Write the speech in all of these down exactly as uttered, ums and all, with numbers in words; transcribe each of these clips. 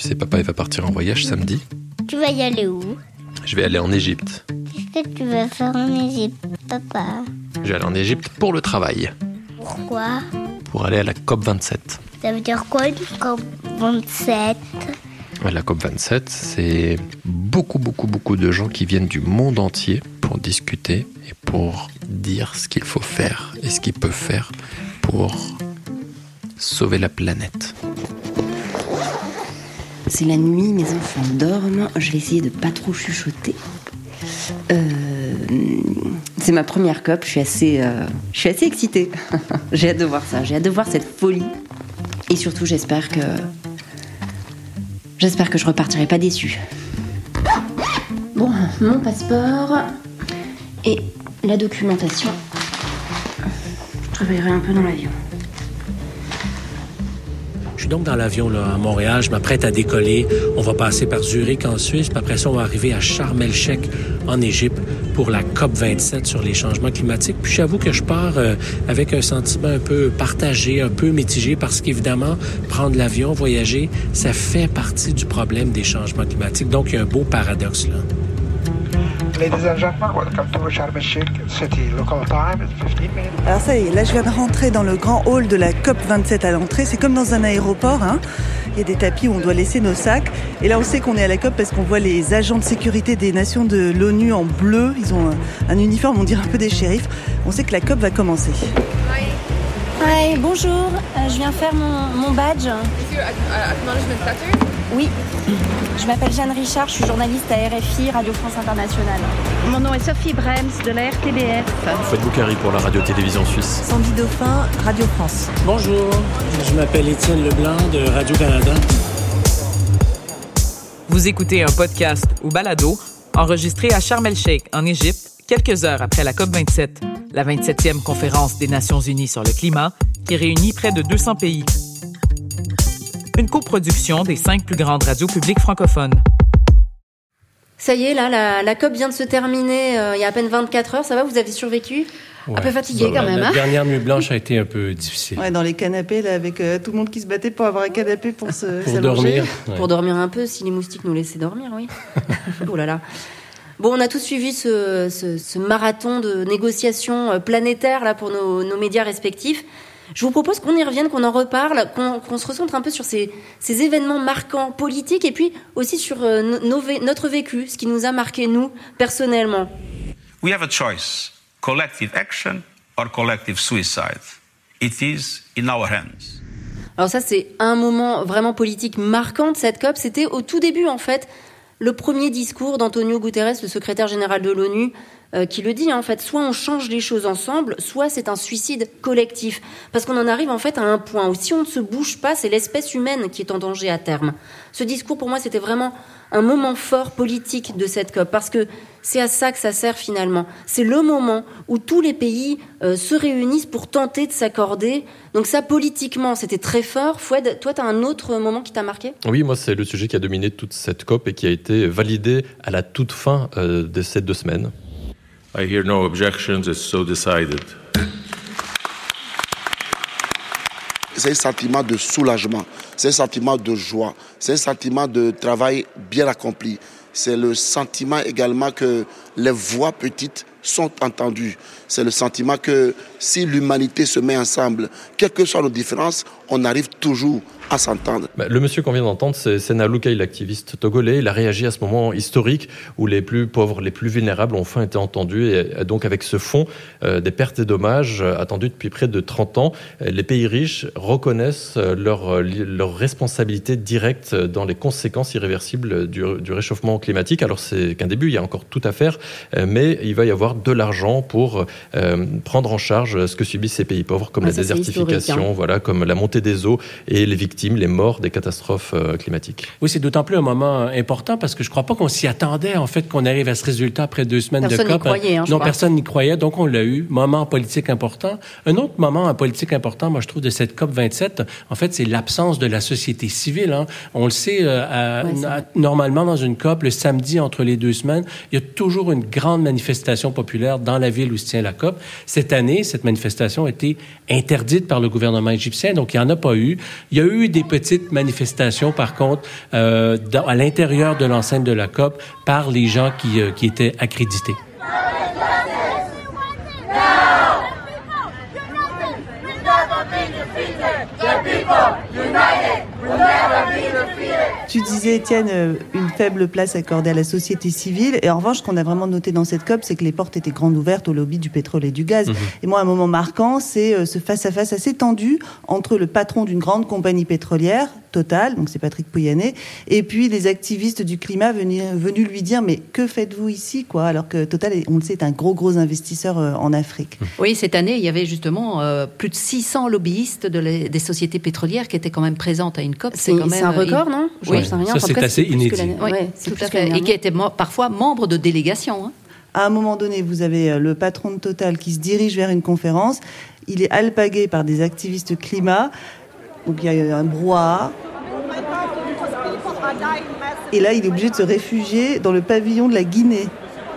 sais, papa, il va partir en voyage samedi. Tu vas y aller où? Je vais aller en Égypte. Qu'est-ce que tu vas faire en Égypte, papa? Je vais aller en Égypte pour le travail. Pourquoi? Pour aller à la COP vingt-sept. Ça veut dire quoi, une COP vingt-sept? La COP vingt-sept, c'est beaucoup, beaucoup, beaucoup de gens qui viennent du monde entier pour discuter et pour dire ce qu'il faut faire et ce qu'ils peuvent faire pour sauver la planète. C'est la nuit, mes enfants dorment. Je vais essayer de pas trop chuchoter. Euh, c'est ma première COP. Je suis assez, euh, je suis assez excitée. J'ai hâte de voir ça. J'ai hâte de voir cette folie. Et surtout, j'espère que, j'espère que je repartirai pas déçue. Bon, mon passeport et la documentation. Je travaillerai un peu dans l'avion. Je suis donc dans l'avion là, à Montréal, je m'apprête à décoller. On va passer par Zurich en Suisse, puis après ça, on va arriver à Sharm el-Sheikh en Égypte pour la COP vingt-sept sur les changements climatiques. Puis j'avoue que je pars euh, avec un sentiment un peu partagé, un peu mitigé, parce qu'évidemment, prendre l'avion, voyager, ça fait partie du problème des changements climatiques. Donc, il y a un beau paradoxe là. Ladies and gentlemen, welcome to Sharm el-Sheikh City. Local time is fifteen minutes. Alors ça y est, là je viens de rentrer dans le grand hall de la COP vingt-sept à l'entrée. C'est comme dans un aéroport, hein. Il y a des tapis où on doit laisser nos sacs. Et là on sait qu'on est à la COP parce qu'on voit les agents de sécurité des nations de l'ONU en bleu. Ils ont un, un uniforme, on dirait un peu des shérifs. On sait que la COP va commencer. Hi, bonjour. Euh, je viens faire mon, mon badge. Oui. Je m'appelle Jeanne Richard, je suis journaliste à R F I, Radio France Internationale. Mon nom est Sophie Brems de la R T B F. Faites Boukari pour la radio-télévision suisse. Sandy Dauphin, Radio France. Bonjour, je m'appelle Étienne Leblanc de Radio-Canada. Vous écoutez un podcast ou balado enregistré à Sharm el-Sheikh, en Égypte, quelques heures après la COP vingt-sept, la vingt-septième conférence des Nations unies sur le climat, qui réunit près de deux cents pays. Une coproduction des cinq plus grandes radios publiques francophones. Ça y est, là, la, la COP vient de se terminer euh, il y a à peine vingt-quatre heures. Ça va, vous avez survécu? Ouais. Un peu fatigué Bah, quand même. La hein dernière nuit blanche a été un peu difficile. Ouais, dans les canapés, là, avec euh, tout le monde qui se battait pour avoir un canapé pour se Pour s'allonger. dormir. Ouais. Pour dormir un peu, si les moustiques nous laissaient dormir, oui. Oh là là. Bon, on a tous suivi ce, ce, ce marathon de négociations planétaires là pour nos, nos médias respectifs. Je vous propose qu'on y revienne, qu'on en reparle, qu'on, qu'on se recentre un peu sur ces, ces événements marquants politiques et puis aussi sur euh, nos, notre vécu, ce qui nous a marqué, nous, personnellement. We have a choice, collective action or collective suicide. It is in our hands. Alors ça, c'est un moment vraiment politique marquant de cette COP. C'était au tout début, en fait, le premier discours d'Antonio Guterres, le secrétaire général de l'ONU, euh, qui le dit, hein, en fait, soit on change les choses ensemble, soit c'est un suicide collectif. Parce qu'on en arrive, en fait, à un point où si on ne se bouge pas, c'est l'espèce humaine qui est en danger à terme. Ce discours, pour moi, c'était vraiment un moment fort politique de cette COP, parce que c'est à ça que ça sert finalement. C'est le moment où tous les pays euh, se réunissent pour tenter de s'accorder. Donc ça, politiquement, c'était très fort. Fouad, toi, tu as un autre moment qui t'a marqué ? Oui, moi, c'est le sujet qui a dominé toute cette COP et qui a été validé à la toute fin euh, de ces deux semaines. I hear no objections, it's so decided. C'est un sentiment de soulagement, c'est un sentiment de joie, c'est un sentiment de travail bien accompli. C'est le sentiment également que les voix petites sont entendues. C'est le sentiment que si l'humanité se met ensemble, quelles que soient nos différences, on arrive toujours à s'entendre. Bah, le monsieur qu'on vient d'entendre, c'est Sena Loukai, l'activiste togolais. Il a réagi à ce moment historique où les plus pauvres, les plus vulnérables ont enfin été entendus. Et donc avec ce fonds euh, des pertes et dommages euh, attendus depuis près de trente ans, euh, les pays riches reconnaissent euh, leur, euh, leur responsabilité directe dans les conséquences irréversibles du, du réchauffement climatique. Alors c'est qu'un début, il y a encore tout à faire, euh, mais il va y avoir de l'argent pour euh, prendre en charge ce que subissent ces pays pauvres, comme ah, la ça, désertification, hein. voilà, comme la montée des eaux et les victimes, les morts des catastrophes euh, climatiques. Oui, c'est d'autant plus un moment important parce que je ne crois pas qu'on s'y attendait, en fait, qu'on arrive à ce résultat après deux semaines personne de COP. Personne n'y croyait. Hein, non, personne n'y croyait, donc on l'a eu. Moment politique important. Un autre moment politique important, moi, je trouve, de cette COP vingt-sept, en fait, c'est l'absence de la société civile. Hein. On le sait, euh, à, ouais, à, normalement, dans une COP, le samedi entre les deux semaines, il y a toujours une grande manifestation populaire dans la ville où se tient la COP. Cette année, cette manifestation a été interdite par le gouvernement égyptien, donc il n'y en a pas eu. Il y a eu des petites manifestations, par contre, euh, dans, à l'intérieur de l'enceinte de la COP par les gens qui, euh, qui étaient accrédités. Tu disais, Étienne, une faible place accordée à la société civile. Et en revanche, ce qu'on a vraiment noté dans cette COP, c'est que les portes étaient grandes ouvertes au lobby du pétrole et du gaz. Mmh. Et moi, un moment marquant, c'est ce face-à-face assez tendu entre le patron d'une grande compagnie pétrolière, Total, donc c'est Patrick Pouyanné, et puis les activistes du climat venus, venus lui dire « Mais que faites-vous ici ?» quoi, alors que Total, on le sait, est un gros, gros investisseur en Afrique. Oui, cette année, il y avait justement euh, plus de six cents lobbyistes de les, des sociétés pétrolières qui étaient quand même présentes à une COP. C'est, c'est, quand même, c'est un record, non? Oui, ça, ça c'est assez inédit. Oui, ouais, tout à fait. Et qui étaient mo- parfois membres de délégations. Hein. À un moment donné, vous avez le patron de Total qui se dirige vers une conférence. Il est alpagué par des activistes climat. Donc il y a un brouhaha. Et là, il est obligé de se réfugier dans le pavillon de la Guinée.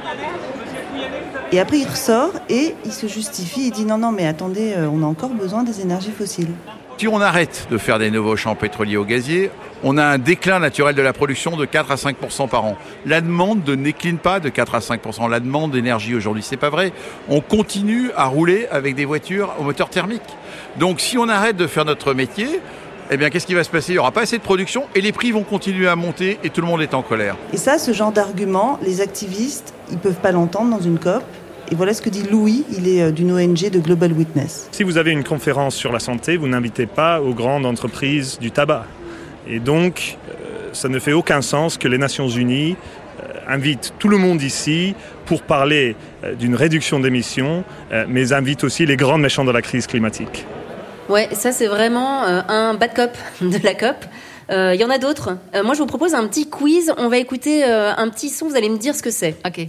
Et après, il ressort et il se justifie. Il dit non, non, mais attendez, on a encore besoin des énergies fossiles. Si on arrête de faire des nouveaux champs pétroliers ou gaziers, on a un déclin naturel de la production de quatre à cinq pour cent par an. La demande ne décline pas de quatre à cinq pour cent. La demande d'énergie aujourd'hui, c'est pas vrai. On continue à rouler avec des voitures au moteur thermique. Donc si on arrête de faire notre métier, eh bien, qu'est-ce qui va se passer ? Il n'y aura pas assez de production et les prix vont continuer à monter et tout le monde est en colère. Et ça, ce genre d'argument, les activistes, ils ne peuvent pas l'entendre dans une COP. Et voilà ce que dit Louis, il est d'une O N G de Global Witness. Si vous avez une conférence sur la santé, vous n'invitez pas aux grandes entreprises du tabac. Et donc, euh, ça ne fait aucun sens que les Nations Unies euh, invitent tout le monde ici pour parler euh, d'une réduction d'émissions, euh, mais invitent aussi les grands méchants de la crise climatique. Ouais, ça c'est vraiment euh, un bad cop de la COP. Il euh, y en a d'autres. Euh, moi, je vous propose un petit quiz. On va écouter euh, un petit son. Vous allez me dire ce que c'est. Ok.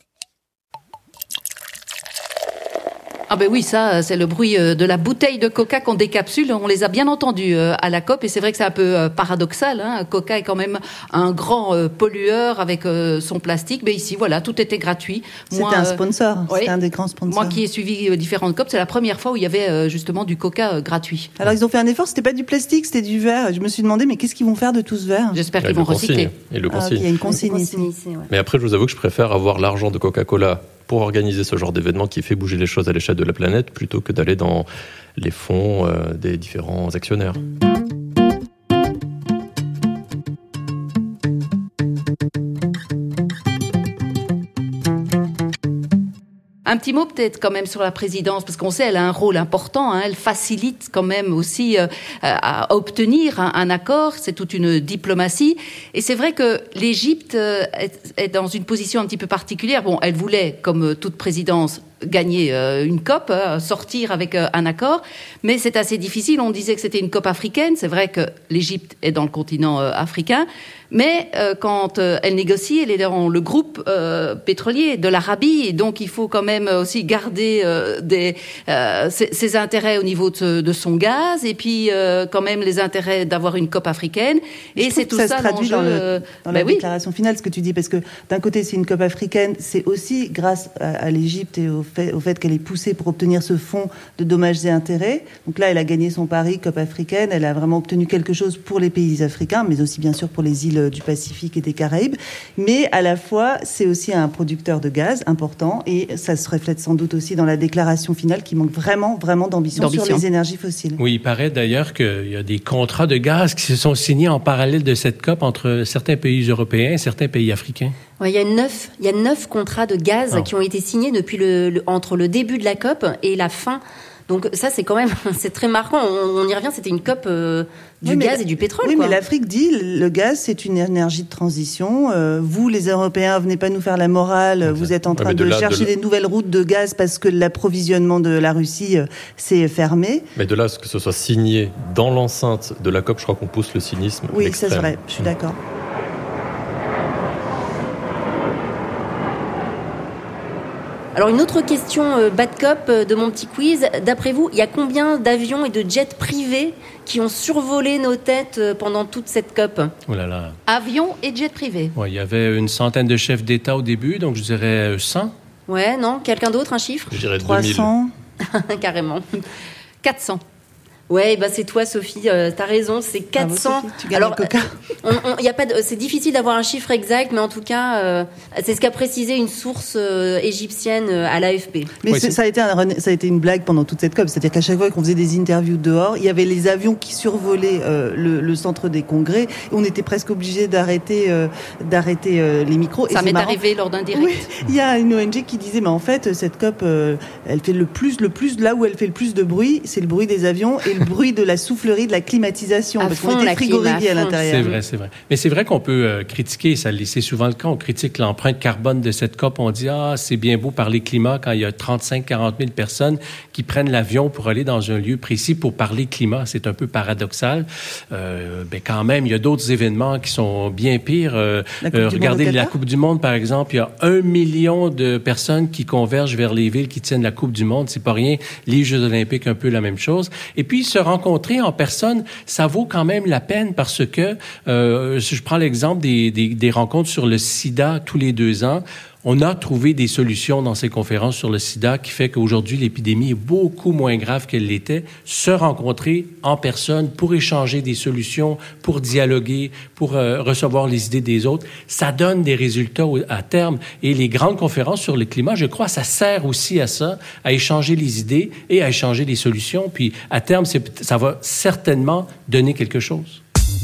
Ah ben oui, ça, c'est le bruit de la bouteille de Coca qu'on décapsule. On les a bien entendus à la COP et c'est vrai que c'est un peu paradoxal. Hein. Coca est quand même un grand pollueur avec son plastique. Mais ici, voilà, tout était gratuit. C'était moi, un sponsor, euh, c'était ouais, un des grands sponsors. Moi qui ai suivi différentes COP, c'est la première fois où il y avait justement du Coca gratuit. Alors ils ont fait un effort, c'était pas du plastique, c'était du verre. Je me suis demandé, mais qu'est-ce qu'ils vont faire de tout ce verre ? J'espère qu'ils vont recycler. Et le consigne. Ah, il y a une consigne, une consigne ici. ici ouais. Mais après, je vous avoue que je préfère avoir l'argent de Coca-Cola pour organiser ce genre d'événement qui fait bouger les choses à l'échelle de la planète plutôt que d'aller dans les fonds euh, des différents actionnaires. Un petit mot peut-être quand même sur la présidence, parce qu'on sait elle a un rôle important, hein, elle facilite quand même aussi euh, à obtenir un, un accord, c'est toute une diplomatie. Et c'est vrai que l'Égypte euh, est, est dans une position un petit peu particulière. Bon, elle voulait, comme toute présidence, gagner euh, une COP, euh, sortir avec euh, un accord, mais c'est assez difficile. On disait que c'était une COP africaine, c'est vrai que l'Égypte est dans le continent euh, africain, mais euh, quand euh, elle négocie, elle est dans le groupe euh, pétrolier de l'Arabie, et donc il faut quand même aussi garder euh, des, euh, ses, ses intérêts au niveau de, de son gaz, et puis euh, quand même les intérêts d'avoir une COP africaine, et c'est tout ça, ça se traduit dans, le, dans ben la oui. déclaration finale, ce que tu dis, parce que d'un côté c'est une COP africaine, c'est aussi grâce à, à l'Égypte et au fait, au fait qu'elle est poussée pour obtenir ce fonds de dommages et intérêts. Donc là, elle a gagné son pari, COP africaine, elle a vraiment obtenu quelque chose pour les pays africains, mais aussi bien sûr pour les îles du Pacifique et des Caraïbes. Mais à la fois, c'est aussi un producteur de gaz important, et ça se reflète sans doute aussi dans la déclaration finale qui manque vraiment, vraiment d'ambition, d'ambition. sur les énergies fossiles. Oui, il paraît d'ailleurs qu'il y a des contrats de gaz qui se sont signés en parallèle de cette COP entre certains pays européens et certains pays africains. Ouais, il y a neuf, il y a neuf contrats de gaz oh. qui ont été signés depuis le, le, entre le début de la COP et la fin. Donc ça, c'est quand même, c'est très marquant. On, on y revient, c'était une COP euh, du oui, gaz et du pétrole. Oui, quoi. mais l'Afrique dit, le gaz, c'est une énergie de transition. Euh, vous, les Européens, venez pas nous faire la morale. Okay. Vous êtes en train ouais, de, de là, chercher de des nouvelles routes de gaz parce que l'approvisionnement de la Russie euh, s'est fermé. Mais de là à ce que ce soit signé dans l'enceinte de la COP, je crois qu'on pousse le cynisme. Oui, ça c'est vrai, je suis d'accord. Alors une autre question euh, bad cop euh, de mon petit quiz. D'après vous, il y a combien d'avions et de jets privés qui ont survolé nos têtes euh, pendant toute cette COP ? Oh là là. Avions et jets privés. Ouais, il y avait une centaine de chefs d'État au début, donc je dirais cent. Ouais, non ? Quelqu'un d'autre, un chiffre ? Je dirais trois cents. Carrément. quatre cents. Ouais, bah c'est toi, Sophie. Euh, t'as raison, c'est quatre cents. Ah bon, Sophie, tu gagnes le coca. on, on, y a pas de, c'est difficile d'avoir un chiffre exact, mais en tout cas, euh, c'est ce qu'a précisé une source euh, égyptienne euh, à l'A F P. Mais Oui, c'est, ça a été un, ça a été une blague pendant toute cette COP. C'est-à-dire qu'à chaque fois qu'on faisait des interviews dehors, il y avait les avions qui survolaient euh, le, le centre des congrès. Et on était presque obligés d'arrêter, euh, d'arrêter euh, les micros. Ça et m'est marrant. arrivé lors d'un direct. Oui, il y a une O N G qui disait, mais en fait, cette COP, euh, elle fait le plus, le plus, là où elle fait le plus de bruit, c'est le bruit des avions et le bruit de la soufflerie de la climatisation, à parce fond, qu'on était la frigorifiés à climat, l'intérieur. C'est vrai, c'est vrai. Mais c'est vrai qu'on peut euh, critiquer, ça, c'est souvent le cas, on critique l'empreinte carbone de cette COP. On dit, ah, c'est bien beau parler climat quand il y a trente-cinq à quarante mille personnes qui prennent l'avion pour aller dans un lieu précis pour parler climat. C'est un peu paradoxal. Euh, ben quand même, il y a d'autres événements qui sont bien pires. Euh, euh, regardez la Coupe du Monde, par exemple. Il y a un million de personnes qui convergent vers les villes qui tiennent la Coupe du Monde. C'est pas rien. Les Jeux olympiques, un peu la même chose. Et puis, se rencontrer en personne, ça vaut quand même la peine parce que, euh, si je prends l'exemple des, des, des rencontres sur le sida tous les deux ans, on a trouvé des solutions dans ces conférences sur le sida qui fait qu'aujourd'hui, l'épidémie est beaucoup moins grave qu'elle l'était. Se rencontrer en personne pour échanger des solutions, pour dialoguer, pour euh, recevoir les idées des autres, ça donne des résultats à terme. Et les grandes conférences sur le climat, je crois, ça sert aussi à ça, à échanger les idées et à échanger les solutions. Puis à terme, c'est, ça va certainement donner quelque chose.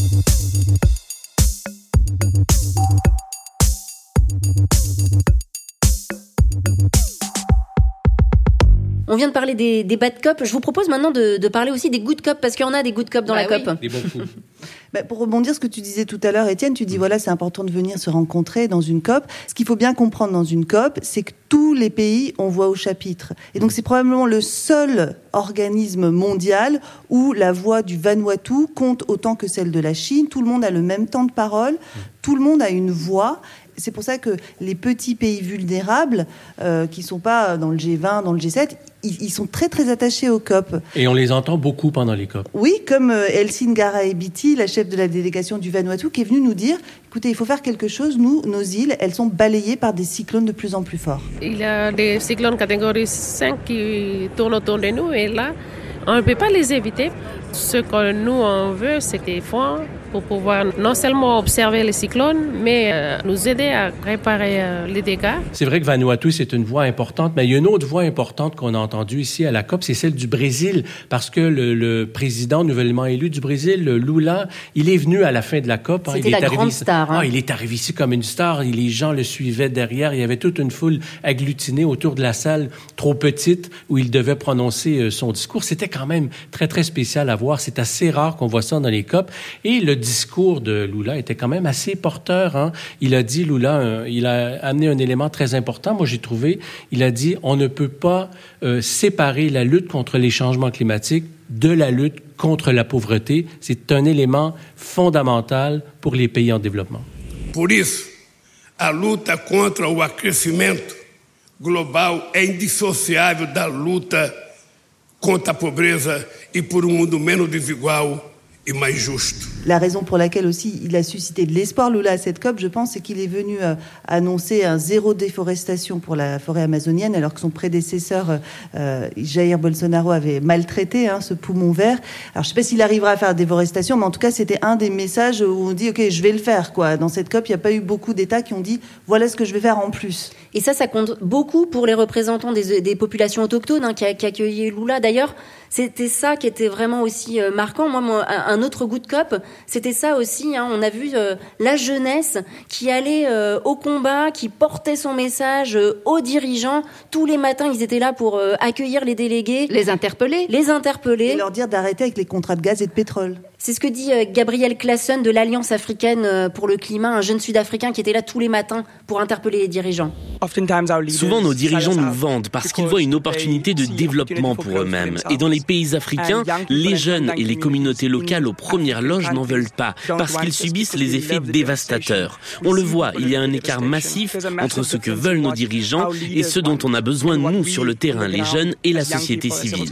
On vient de parler des, des bad cop. Je vous propose maintenant de, de parler aussi des good cop, parce qu'il y en a des good cop dans bah la oui. COP. Des bons coups. Bah, pour rebondir sur ce que tu disais tout à l'heure, Étienne, tu dis voilà, c'est important de venir se rencontrer dans une COP. Ce qu'il faut bien comprendre dans une COP, c'est que tous les pays ont voix au chapitre. Et donc c'est probablement le seul organisme mondial où la voix du Vanuatu compte autant que celle de la Chine. Tout le monde a le même temps de parole, tout le monde a une voix. C'est pour ça que les petits pays vulnérables, euh, qui ne sont pas dans le G vingt, dans le G sept, ils, ils sont très très attachés aux COP. Et on les entend beaucoup pendant les COP. Oui, comme euh, Elsine Garaebiti, la chef de la délégation du Vanuatu, qui est venue nous dire, écoutez, il faut faire quelque chose, nous, nos îles, elles sont balayées par des cyclones de plus en plus forts. Il y a des cyclones catégorie cinq qui tournent autour de nous et là, on ne peut pas les éviter. Ce que nous, on veut, c'est des fonds pour pouvoir non seulement observer les cyclones, mais euh, nous aider à réparer euh, les dégâts. C'est vrai que Vanuatu, c'est une voix importante, mais il y a une autre voix importante qu'on a entendue ici à la COP, c'est celle du Brésil, parce que le, le président nouvellement élu du Brésil, Lula, il est venu à la fin de la COP. C'était il la est grande arrivé, star. Hein. Ah, il est arrivé ici comme une star, et les gens le suivaient derrière. Il y avait toute une foule agglutinée autour de la salle trop petite où il devait prononcer son discours. C'était quand même très, très spécial à voir. C'est assez rare qu'on voit ça dans les COP. Et le discours de Lula était quand même assez porteur. Hein. Il a dit, Lula, un, il a amené un élément très important, moi j'ai trouvé, il a dit, on ne peut pas euh, séparer la lutte contre les changements climatiques de la lutte contre la pauvreté. C'est un élément fondamental pour les pays en développement. Por isso, a luta contra o aquecimento global é indissociável da luta contra a pobreza e por um mundo menos desigual et mais juste. La raison pour laquelle aussi il a suscité de l'espoir, Lula, à cette COP, je pense, c'est qu'il est venu euh, annoncer un zéro déforestation pour la forêt amazonienne, alors que son prédécesseur, euh, Jair Bolsonaro, avait maltraité hein, ce poumon vert. Alors, je ne sais pas s'il arrivera à faire la déforestation, mais en tout cas, c'était un des messages où on dit, OK, je vais le faire, quoi. Dans cette COP, il n'y a pas eu beaucoup d'États qui ont dit, voilà ce que je vais faire en plus. Et ça, ça compte beaucoup pour les représentants des, des populations autochtones hein, qui, qui accueillaient Lula. D'ailleurs, c'était ça qui était vraiment aussi euh, marquant. Moi, moi, un autre goût de COP, c'était ça aussi. Hein. On a vu euh, la jeunesse qui allait euh, au combat, qui portait son message euh, aux dirigeants. Tous les matins, ils étaient là pour euh, accueillir les délégués, les interpeller, les interpeller, et leur dire d'arrêter avec les contrats de gaz et de pétrole. C'est ce que dit euh, Gabriel Classen de l'Alliance africaine euh, pour le climat, un jeune Sud-Africain qui était là tous les matins pour interpeller les dirigeants. Souvent, nos dirigeants nous vendent parce qu'ils voient une opportunité de développement pour eux-mêmes. Et dans les pays africains, les jeunes et les communautés locales aux premières loges n'en veulent pas, parce qu'ils subissent les effets dévastateurs. On le voit, il y a un écart massif entre ce que veulent nos dirigeants et ce dont on a besoin, nous, sur le terrain, les jeunes et la société civile.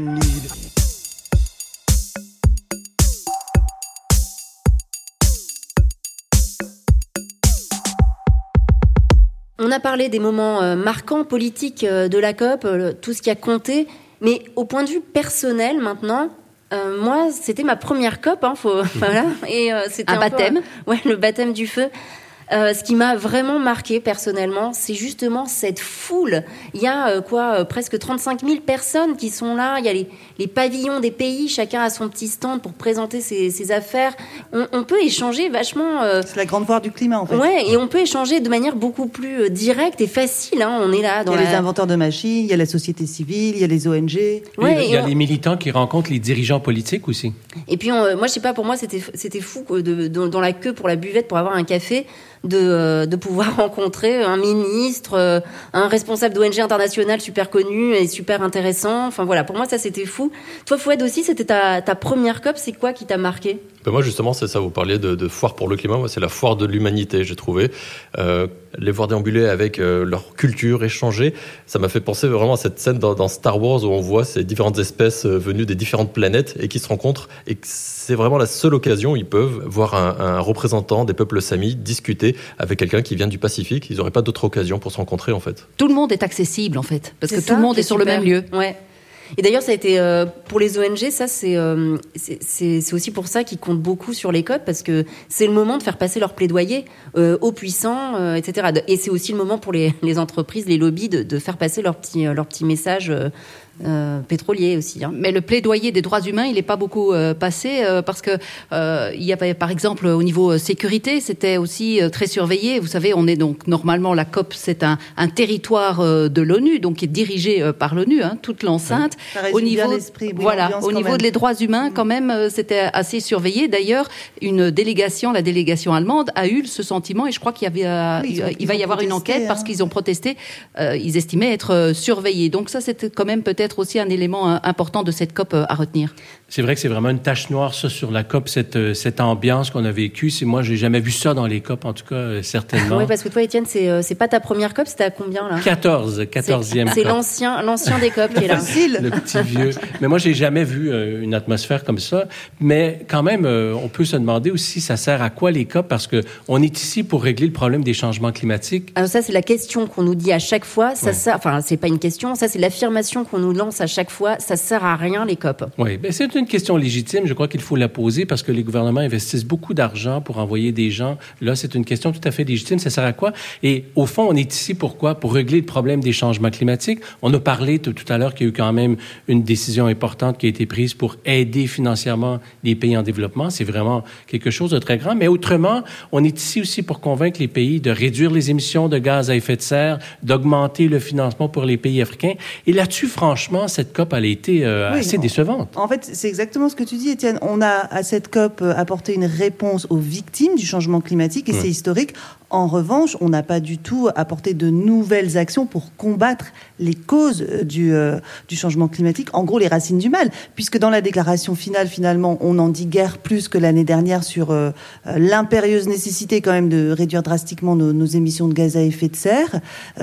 On a parlé des moments euh, marquants politiques euh, de la COP, euh, tout ce qui a compté, mais au point de vue personnel maintenant, euh, moi c'était ma première COP, hein, faut, voilà, et euh, c'était un, un baptême, peu, euh, ouais, le baptême du feu. Euh, ce qui m'a vraiment marqué personnellement, c'est justement cette foule. Il y a euh, quoi, euh, presque trente-cinq mille personnes qui sont là. Il y a les, les pavillons des pays, chacun a son petit stand pour présenter ses, ses affaires. On, on peut échanger vachement. Euh... C'est la grande foire du climat, en fait. Ouais, et on peut échanger de manière beaucoup plus euh, directe et facile. Hein. On est là. Dans il y a la... les inventeurs de machines, il y a la société civile, il y a les O N G. Ouais, il y a on... les militants qui rencontrent les dirigeants politiques aussi. Et puis, on, moi, je sais pas, pour moi, c'était c'était fou quoi, de, de, dans la queue pour la buvette pour avoir un café. De, de pouvoir rencontrer un ministre, un responsable d'O N G international super connu et super intéressant. Enfin voilà, pour moi ça c'était fou. Toi Fouad aussi, c'était ta, ta première COP, c'est quoi qui t'a marqué ? Ben moi justement c'est ça, vous parliez de, de foire pour le climat, moi c'est la foire de l'humanité j'ai trouvé. Euh, les voir déambuler avec euh, leur culture, échanger, ça m'a fait penser vraiment à cette scène dans, dans Star Wars où on voit ces différentes espèces euh, venues des différentes planètes et qui se rencontrent et que c'est vraiment la seule occasion où ils peuvent voir un, un représentant des peuples samis discuter avec quelqu'un qui vient du Pacifique. Ils n'auraient pas d'autre occasion pour se rencontrer en fait. Tout le monde est accessible en fait, parce c'est que ça, tout le monde est sur super. le même lieu. Ouais. Et d'ailleurs, ça a été euh, pour les O N G, ça c'est, euh, c'est c'est c'est aussi pour ça qu'ils comptent beaucoup sur les COP, parce que c'est le moment de faire passer leur plaidoyer euh, aux puissants, euh, et cetera. Et c'est aussi le moment pour les, les entreprises, les lobbies, de, de faire passer leur petit leur petit message. Euh, Euh, pétrolier aussi. Hein. Mais le plaidoyer des droits humains, il n'est pas beaucoup euh, passé euh, parce que euh, il y avait par exemple au niveau sécurité, c'était aussi euh, très surveillé. Vous savez, on est donc normalement la COP, c'est un, un territoire euh, de l'ONU, donc qui est dirigé euh, par l'ONU, hein, toute l'enceinte. Oui. Au niveau, oui, voilà, au niveau des droits humains, quand même, euh, c'était assez surveillé. D'ailleurs, une délégation, la délégation allemande, a eu ce sentiment, et je crois qu'il y avait, euh, oui, il, ont, il va y avoir protesté, une enquête hein. parce qu'ils ont protesté. Euh, ils estimaient être euh, surveillés. Donc ça, c'était quand même peut-être être aussi un élément important de cette COP à retenir. C'est vrai que c'est vraiment une tache noire, ça, sur la COP, cette, cette ambiance qu'on a vécue. C'est, moi, j'ai jamais vu ça dans les COP, en tout cas, euh, certainement. Oui, parce que toi, Étienne, c'est, euh, c'est pas ta première COP, c'était à combien, là ? quatorze, quatorzième C'est, c'est COP. l'ancien, l'ancien des COP qui est là. Le petit vieux. Mais moi, j'ai jamais vu euh, une atmosphère comme ça. Mais quand même, euh, on peut se demander aussi, ça sert à quoi les COP? Parce que on est ici pour régler le problème des changements climatiques. Alors ça, c'est la question qu'on nous dit à chaque fois. Ça ouais. sert, enfin, c'est pas une question, ça, c'est l'affirmation qu'on nous lance à chaque fois. Ça sert à rien, les COP. Oui, ben c'est une question légitime. Je crois qu'il faut la poser parce que les gouvernements investissent beaucoup d'argent pour envoyer des gens. Là, c'est une question tout à fait légitime. Ça sert à quoi? Et au fond, on est ici pourquoi? Pour régler le problème des changements climatiques. On a parlé tout, tout à l'heure qu'il y a eu quand même une décision importante qui a été prise pour aider financièrement les pays en développement. C'est vraiment quelque chose de très grand. Mais autrement, on est ici aussi pour convaincre les pays de réduire les émissions de gaz à effet de serre, d'augmenter le financement pour les pays africains. Et là-dessus, franchement, cette COP, elle a été euh, oui, assez on, décevante. En fait, c'est exactement ce que tu dis, Étienne. On a, à cette COP, apporté une réponse aux victimes du changement climatique, et oui. c'est historique. En revanche, on n'a pas du tout apporté de nouvelles actions pour combattre les causes du, euh, du changement climatique, en gros les racines du mal, puisque dans la déclaration finale, finalement, on n'en dit guère plus que l'année dernière sur euh, l'impérieuse nécessité quand même de réduire drastiquement nos, nos émissions de gaz à effet de serre.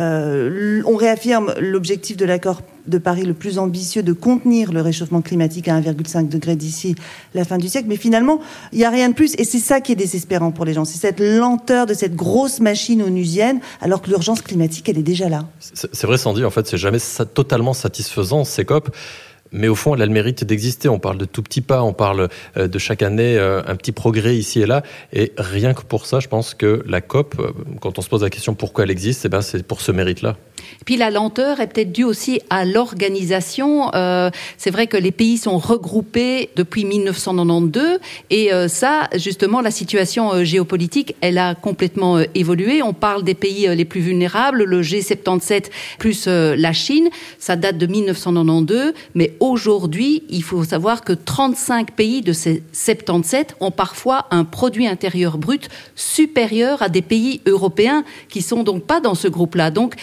Euh, on réaffirme l'objectif de l'accord de Paris le plus ambitieux de contenir le réchauffement climatique à un virgule cinq degré d'ici la fin du siècle. Mais finalement, il n'y a rien de plus. Et c'est ça qui est désespérant pour les gens. C'est cette lenteur de cette grosse machine onusienne, alors que l'urgence climatique, elle est déjà là. C'est, c'est vrai, Sandy, en fait, c'est jamais ça, totalement satisfaisant, ces COP. Mais au fond, elle a le mérite d'exister. On parle de tout petits pas, on parle euh, de chaque année euh, un petit progrès ici et là. Et rien que pour ça, je pense que la COP, euh, quand on se pose la question pourquoi elle existe, eh ben, c'est pour ce mérite-là. Et puis la lenteur est peut-être due aussi à l'organisation. Euh, c'est vrai que les pays sont regroupés depuis dix-neuf cent quatre-vingt-douze et euh, ça, justement, la situation euh, géopolitique, elle a complètement euh, évolué. On parle des pays euh, les plus vulnérables, le G soixante-dix-sept plus euh, la Chine. Ça date de dix-neuf cent quatre-vingt-douze, mais aujourd'hui, il faut savoir que trente-cinq pays de ces soixante-dix-sept ont parfois un produit intérieur brut supérieur à des pays européens qui sont donc pas dans ce groupe-là. Donc, c'est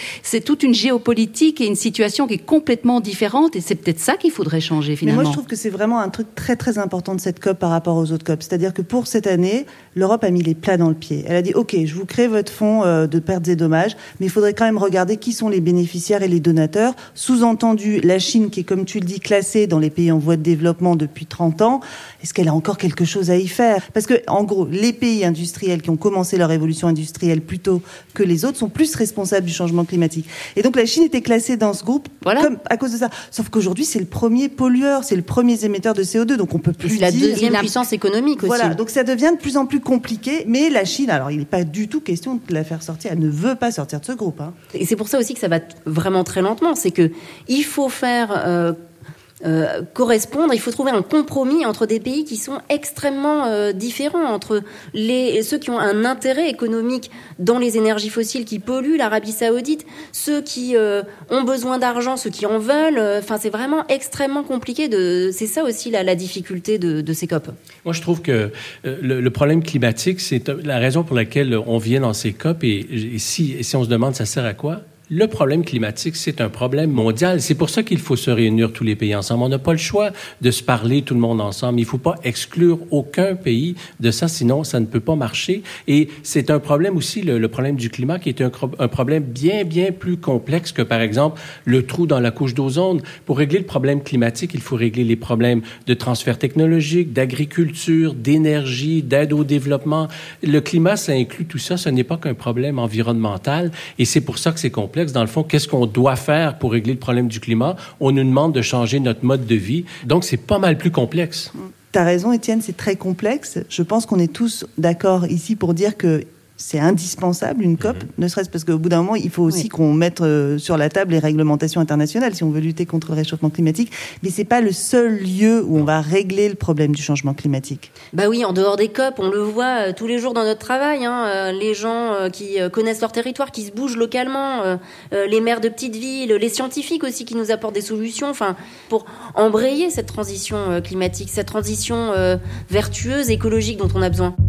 toute une géopolitique et une situation qui est complètement différente et c'est peut-être ça qu'il faudrait changer finalement. Mais moi je trouve que c'est vraiment un truc très très important de cette COP par rapport aux autres COP. C'est-à-dire que pour cette année, l'Europe a mis les plats dans le pied. Elle a dit ok, je vous crée votre fonds de pertes et dommages, mais il faudrait quand même regarder qui sont les bénéficiaires et les donateurs. Sous-entendu, la Chine qui est, comme tu le dis, classée dans les pays en voie de développement depuis trente ans, est-ce qu'elle a encore quelque chose à y faire ? Parce que, en gros, les pays industriels qui ont commencé leur évolution industrielle plus tôt que les autres sont plus responsables du changement climatique. Et donc la Chine était classée dans ce groupe voilà. comme, à cause de ça. Sauf qu'aujourd'hui, c'est le premier pollueur, c'est le premier émetteur de C O deux, donc on peut plus c'est la dire... deuxième puissance économique aussi. Voilà, donc ça devient de plus en plus compliqué, mais la Chine, alors il n'est pas du tout question de la faire sortir, elle ne veut pas sortir de ce groupe. Hein. Et c'est pour ça aussi que ça va vraiment très lentement, c'est que il faut faire... Euh, Euh, correspondre, il faut trouver un compromis entre des pays qui sont extrêmement euh, différents, entre les, ceux qui ont un intérêt économique dans les énergies fossiles qui polluent, l'Arabie Saoudite, ceux qui euh, ont besoin d'argent, ceux qui en veulent. Enfin, euh, c'est vraiment extrêmement compliqué. De, c'est ça aussi la, la difficulté de, de ces COP. Moi, je trouve que euh, le, le problème climatique, c'est la raison pour laquelle on vient dans ces COP. Et, et, si, et si on se demande, ça sert à quoi? Le problème climatique, c'est un problème mondial. C'est pour ça qu'il faut se réunir tous les pays ensemble. On n'a pas le choix de se parler tout le monde ensemble. Il ne faut pas exclure aucun pays de ça, sinon ça ne peut pas marcher. Et c'est un problème aussi, le, le problème du climat, qui est un, un problème bien, bien plus complexe que, par exemple, le trou dans la couche d'ozone. Pour régler le problème climatique, il faut régler les problèmes de transfert technologique, d'agriculture, d'énergie, d'aide au développement. Le climat, ça inclut tout ça. Ce n'est pas qu'un problème environnemental. Et c'est pour ça que c'est complexe. Dans le fond, qu'est-ce qu'on doit faire pour régler le problème du climat? On nous demande de changer notre mode de vie. Donc, c'est pas mal plus complexe. Tu as raison, Étienne, c'est très complexe. Je pense qu'on est tous d'accord ici pour dire que c'est indispensable, une COP, mmh. ne serait-ce parce qu'au bout d'un moment, il faut aussi oui. qu'on mette euh, sur la table les réglementations internationales si on veut lutter contre le réchauffement climatique. Mais c'est pas le seul lieu où on va régler le problème du changement climatique. Bah oui, en dehors des COP, on le voit euh, tous les jours dans notre travail. Hein, euh, les gens euh, qui euh, connaissent leur territoire, qui se bougent localement, euh, euh, les maires de petites villes, les scientifiques aussi qui nous apportent des solutions. Enfin, pour embrayer cette transition euh, climatique, cette transition euh, vertueuse, écologique dont on a besoin.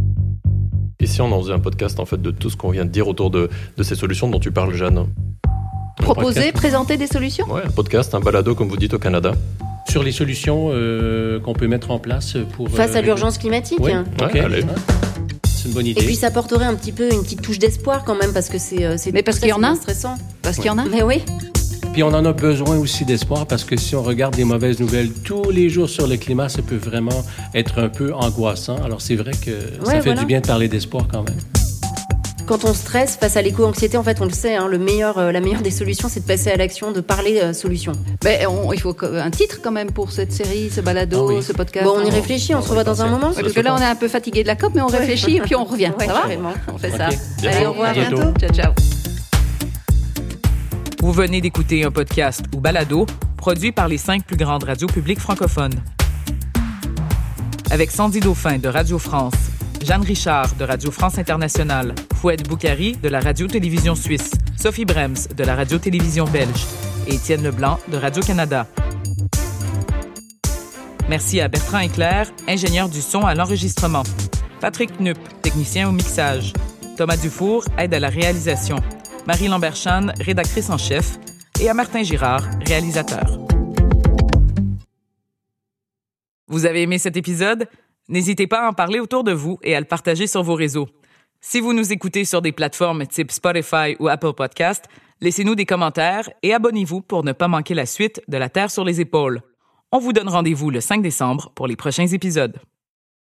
Ici, on a faisait un podcast en fait de tout ce qu'on vient de dire autour de, de ces solutions dont tu parles, Jeanne. Proposer, présenter des solutions ? Oui, un podcast, un balado, comme vous dites, au Canada. Sur les solutions euh, qu'on peut mettre en place pour... Face euh, à l'urgence climatique. Oui, okay. Allez. C'est une bonne idée. Et puis ça apporterait un petit peu une petite touche d'espoir quand même, parce que c'est, c'est Mais parce qu'il y en a stressant. Parce qu'il y en a Mais oui. Puis on en a besoin aussi d'espoir parce que si on regarde des mauvaises nouvelles tous les jours sur le climat, ça peut vraiment être un peu angoissant. Alors c'est vrai que ouais, ça fait voilà. du bien de parler d'espoir quand même. Quand on stresse face à l'éco-anxiété, en fait, on le sait, hein, le meilleur, euh, la meilleure des solutions, c'est de passer à l'action, de parler euh, solutions. Mais on, il faut un titre quand même pour cette série, ce balado, oh oui. ce podcast. Bon, on y réfléchit, on, on se revoit dans un moment. Ouais, parce que là, on est un peu fatigué de la COP, mais on réfléchit et puis on revient. Ouais, ça va vraiment. On fait okay. ça. Bien Allez, au revoir, à bientôt. Ciao, ciao. Vous venez d'écouter un podcast ou balado produit par les cinq plus grandes radios publiques francophones. Avec Sandy Dauphin de Radio France, Jeanne Richard de Radio France Internationale, Fouad Boukari de la Radio-Télévision Suisse, Sophie Brems de la Radio-Télévision Belge et Étienne Leblanc de Radio-Canada. Merci à Bertrand Eclair, ingénieur du son à l'enregistrement. Patrick Knupp, technicien au mixage. Thomas Dufour, aide à la réalisation. Marie Lambert-Chan, rédactrice en chef, et à Martin Girard, réalisateur. Vous avez aimé cet épisode? N'hésitez pas à en parler autour de vous et à le partager sur vos réseaux. Si vous nous écoutez sur des plateformes type Spotify ou Apple Podcast, laissez-nous des commentaires et abonnez-vous pour ne pas manquer la suite de La Terre sur les épaules. On vous donne rendez-vous le cinq décembre pour les prochains épisodes.